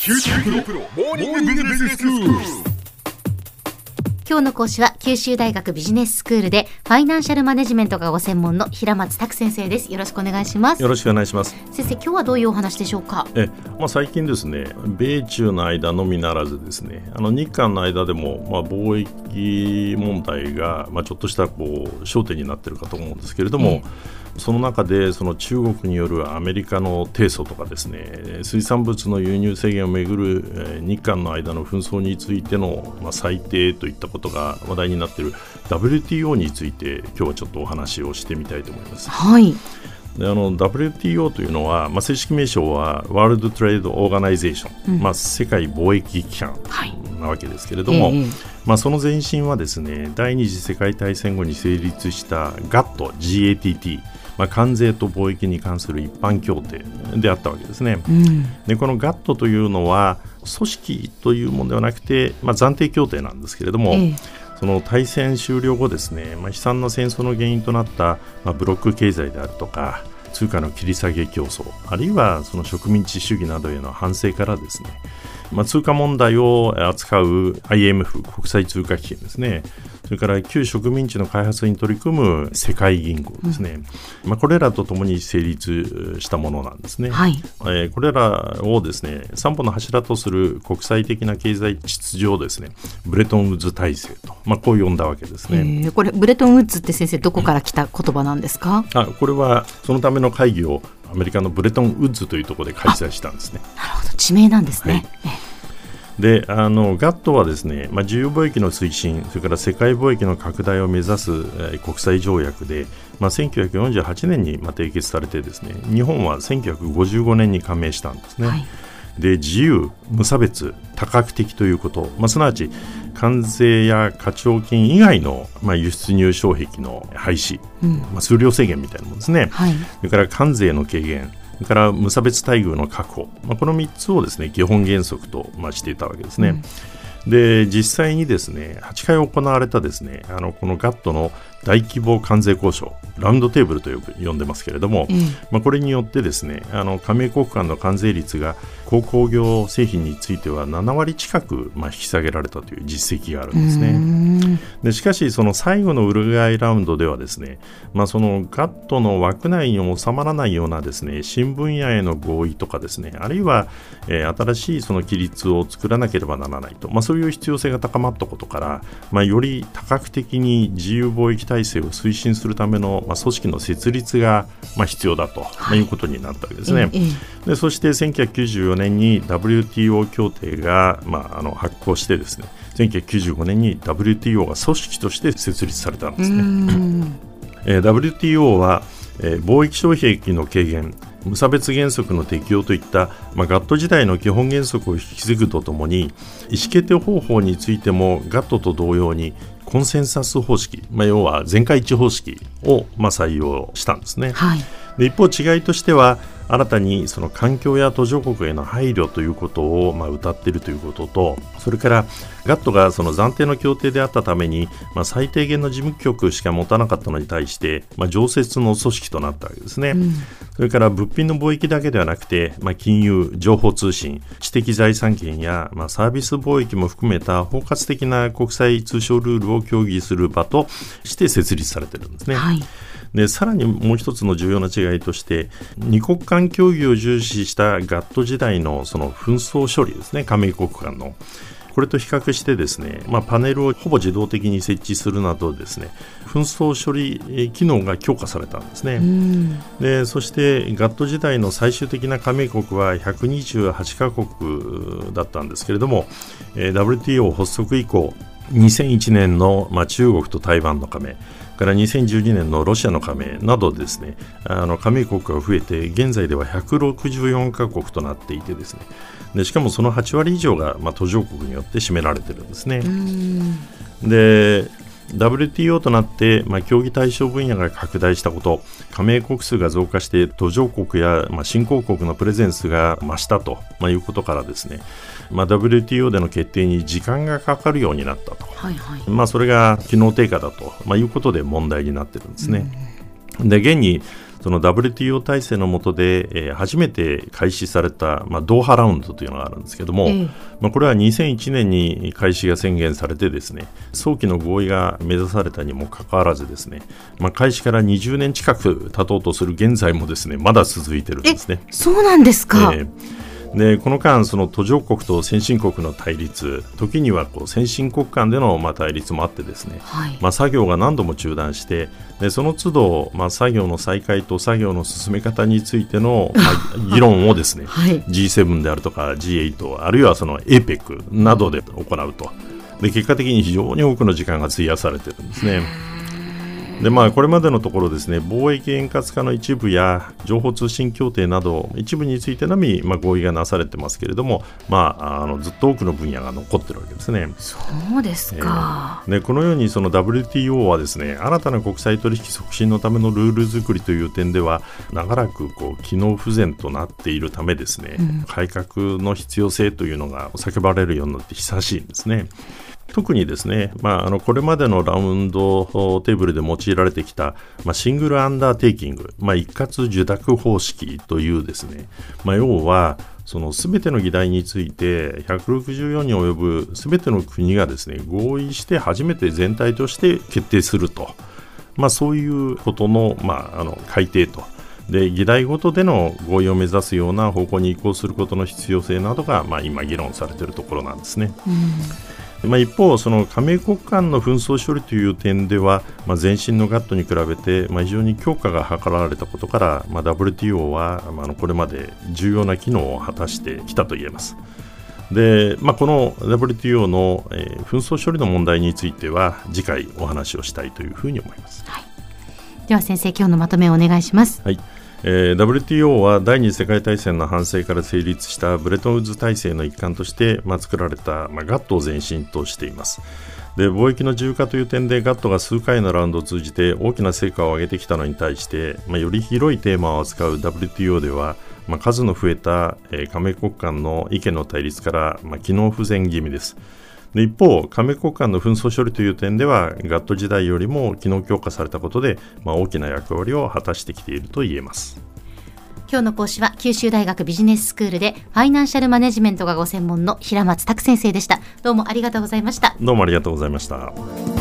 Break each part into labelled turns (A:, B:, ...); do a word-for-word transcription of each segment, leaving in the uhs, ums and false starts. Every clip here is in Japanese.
A: 九州大学モーニングビジネススクール。
B: 今日の講師は九州大学ビジネススクールでファイナンシャルマネジメントがご専門の平松卓先生です。よろしくお願いします。
C: よろしくお願いします。
B: 先生、今日はどういうお話でしょうか。
C: え、まあ、最近ですね、米中の間のみならずですね、あの日韓の間でも、まあ、貿易問題が、まあ、ちょっとしたこう焦点になっているかと思うんですけれども、ええ、その中でその中国によるアメリカの提訴とかですね、水産物の輸入制限をめぐる、えー、日韓の間の紛争についての、まあ、裁定といったことが話題になっている ダブリューティーオー について今日はちょっとお話をしてみたいと思います。
B: はい。
C: であの ダブリューティーオー というのは、まあ、正式名称はワールドトレードオーガナイゼーション、うん、まあ、世界貿易機関なわけですけれども、はい、まあ、その前身はですね、第二次世界大戦後に成立した ガット ジーエーティーティー、まあ、関税と貿易に関する一般協定であったわけですね、うん、でこの ガット というのは組織というものではなくて、まあ、暫定協定なんですけれども、えーその大戦終了後ですね、まあ、悲惨な戦争の原因となった、まあ、ブロック経済であるとか通貨の切り下げ競争、あるいはその植民地主義などへの反省からですね、まあ、通貨問題を扱う アイエムエフ 国際通貨基金ですね、それから旧植民地の開発に取り組む世界銀行ですね、うん、まあ、これらとともに成立したものなんですね、はい、えー、これらをですね三本の柱とする国際的な経済秩序をですねブレトンウッズ体制と、まあ、こう呼んだわけですね。
B: これブレトンウッズって先生どこから来た言葉なんですか。
C: あ、これはそのための会議をアメリカのブレトンウッズというところで開催したんですね。
B: なるほど、地名なんですね、はい。
C: であの ガット はですね、まあ、自由貿易の推進、それから世界貿易の拡大を目指す、えー、国際条約で、まあ、せんきゅうひゃくよんじゅうはちねんに、まあ、締結されてですね、日本はせんきゅうひゃくごじゅうごねんに加盟したんですね、はい。で自由、無差別、多角的ということ、まあ、すなわち関税や課徴金以外の、まあ、輸出入障壁の廃止、うん、まあ、数量制限みたいなものですね、はい。それから関税の軽減、それから無差別待遇の確保、まあ、このみっつをですね基本原則と、まあ、していたわけですね、うん、で実際にですねはちかい行われたですねあのこの ガット の大規模関税交渉、ラウンドテーブルとよく呼んでますけれども、うん、まあ、これによってですねあの加盟国間の関税率が鉱工業製品についてはななわり近く、まあ、引き下げられたという実績があるんですね。でしかしその最後のウルグアイラウンドではですね、まあ、その ガット の枠内に収まらないようなですね新分野への合意とかですね、あるいは、えー、新しいその規律を作らなければならないと、まあ、そういう必要性が高まったことから、まあ、より多角的に自由貿易体制を推進するための、まあ、組織の設立が、まあ、必要だと、はい、いうことになったわけですね、ええ、でそしてせんきゅうひゃくきゅうじゅうよねんに ダブリューティーオー 協定が、まあ、あの発効してですねせんきゅうひゃくきゅうじゅうごねんに ダブリューティーオー が組織として設立されたんですね。えー、ダブリューティーオー は、えー、貿易障壁の軽減、無差別原則の適用といった、まあ、ガット 時代の基本原則を引き継ぐとともに、意思決定方法についても ガット と同様にコンセンサス方式、まあ、要は全会一致方式を、まあ、採用したんですね、はい。で一方違いとしては新たにその環境や途上国への配慮ということを、まあ、謳っているということと、それから ガット がその暫定の協定であったために、まあ、最低限の事務局しか持たなかったのに対して、まあ、常設の組織となったわけですね、うん、それから物品の貿易だけではなくて、まあ、金融、情報通信、知的財産権や、まあ、サービス貿易も含めた包括的な国際通商ルールを協議する場として設立されているんですね、はい。でさらにもう一つの重要な違いとして二国間協議を重視した ガット 時代のその紛争処理ですね、加盟国間のこれと比較してですね、まあ、パネルをほぼ自動的に設置するなどですね紛争処理機能が強化されたんですね。でそして ガット 時代の最終的な加盟国はひゃくにじゅうはちカ国だったんですけれども、えー、ダブリューティーオー 発足以降にせんいちねんの、まあ、中国と台湾の加盟からにせんじゅうにねんのロシアの加盟などですね、あの加盟国が増えて現在ではひゃくろくじゅうよんカ国となっていてですね、でしかもそのはちわり以上が、まあ、途上国によって占められているんですね。でダブリューティーオー となって、まあ、協議対象分野が拡大したこと、加盟国数が増加して途上国や、まあ、新興国のプレゼンスが増したと、まあ、いうことからですね、まあ、ダブリューティーオー での決定に時間がかかるようになったと、はいはい、まあ、それが機能低下だと、まあ、いうことで問題になっているんですね。で現にそその ダブリューティーオー 体制の下で、えー、初めて開始された、まあ、ドーハラウンドというのがあるんですけども、えーまあ、これはにせんいちねんに開始が宣言されてですね、早期の合意が目指されたにもかかわらずですね、まあ、開始からにじゅうねん近く経とうとする現在もですね、まだ続いてるんですね。
B: え、そうなんですか。
C: えーでこの間、その途上国と先進国の対立、時にはこう先進国間でのまあ対立もあってですね、はいまあ、作業が何度も中断して、でその都度、まあ、作業の再開と作業の進め方についての、まあ、議論をですね、はい、ジーセブン であるとか ジーエイト あるいはその エーペック などで行うと。で結果的に非常に多くの時間が費やされているんですね。でまあ、これまでのところですね、貿易円滑化の一部や情報通信協定など一部についてのみ、まあ、合意がなされてますけれども、まあ、あのずっと多くの分野が残っているわけですね。
B: そうですか、
C: えー、でこのようにその ダブリューティーオー はですね、新たな国際取引促進のためのルール作りという点では長らくこう機能不全となっているためですね、うん、改革の必要性というのが叫ばれるようになって久しいんですね。特にですね、まあ、あのこれまでのラウンドテーブルで用いられてきた、まあ、シングルアンダーテイキング、まあ、一括受託方式というですね、まあ、要はその全ての議題についてひゃくろくじゅうよんに及ぶ全ての国がですね合意して初めて全体として決定すると、まあ、そういうことの、まあ、あの改定とで議題ごとでの合意を目指すような方向に移行することの必要性などが、まあ、今議論されているところなんですね。うんまあ、一方、その加盟国間の紛争処理という点では、まあ、前身の ガット に比べて、まあ、非常に強化が図られたことから、まあ、ダブリューティーオー は、まあ、あのこれまで重要な機能を果たしてきたと言えます。で、まあ、この ダブリューティーオー の、えー、紛争処理の問題については次回お話をしたいというふうに思います。
B: はい、では先生、今日のまとめをお願いします。
C: はい、えー、ダブリューティーオー は第二次世界大戦の反省から成立したブレトンウッズ体制の一環として、まあ、作られた、まあ、ガット を前身としています。で貿易の自由化という点で ガット が数回のラウンドを通じて大きな成果を上げてきたのに対して、まあ、より広いテーマを扱う ダブリューティーオー では、まあ、数の増えた、えー、加盟国間の意見の対立から、まあ、機能不全気味です。で一方、加盟国間の紛争処理という点では ガット 時代よりも機能強化されたことで、まあ、大きな役割を果たしてきていると言えます。
B: 今日の講師は九州大学ビジネススクールでファイナンシャルマネジメントがご専門の平松卓先生でした。どうもありがとうございました。
C: どうもありがとうございました。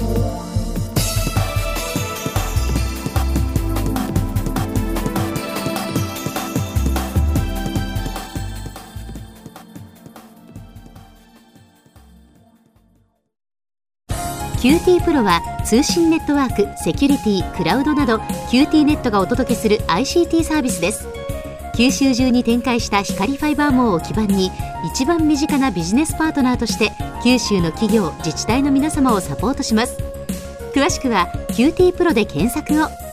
B: キューティー プロは通信ネットワーク、セキュリティ、クラウドなど キューティー ネットがお届けする アイシーティー サービスです。九州中に展開した光ファイバー網を基盤に一番身近なビジネスパートナーとして九州の企業、自治体の皆様をサポートします。詳しくは キューティー プロで検索を。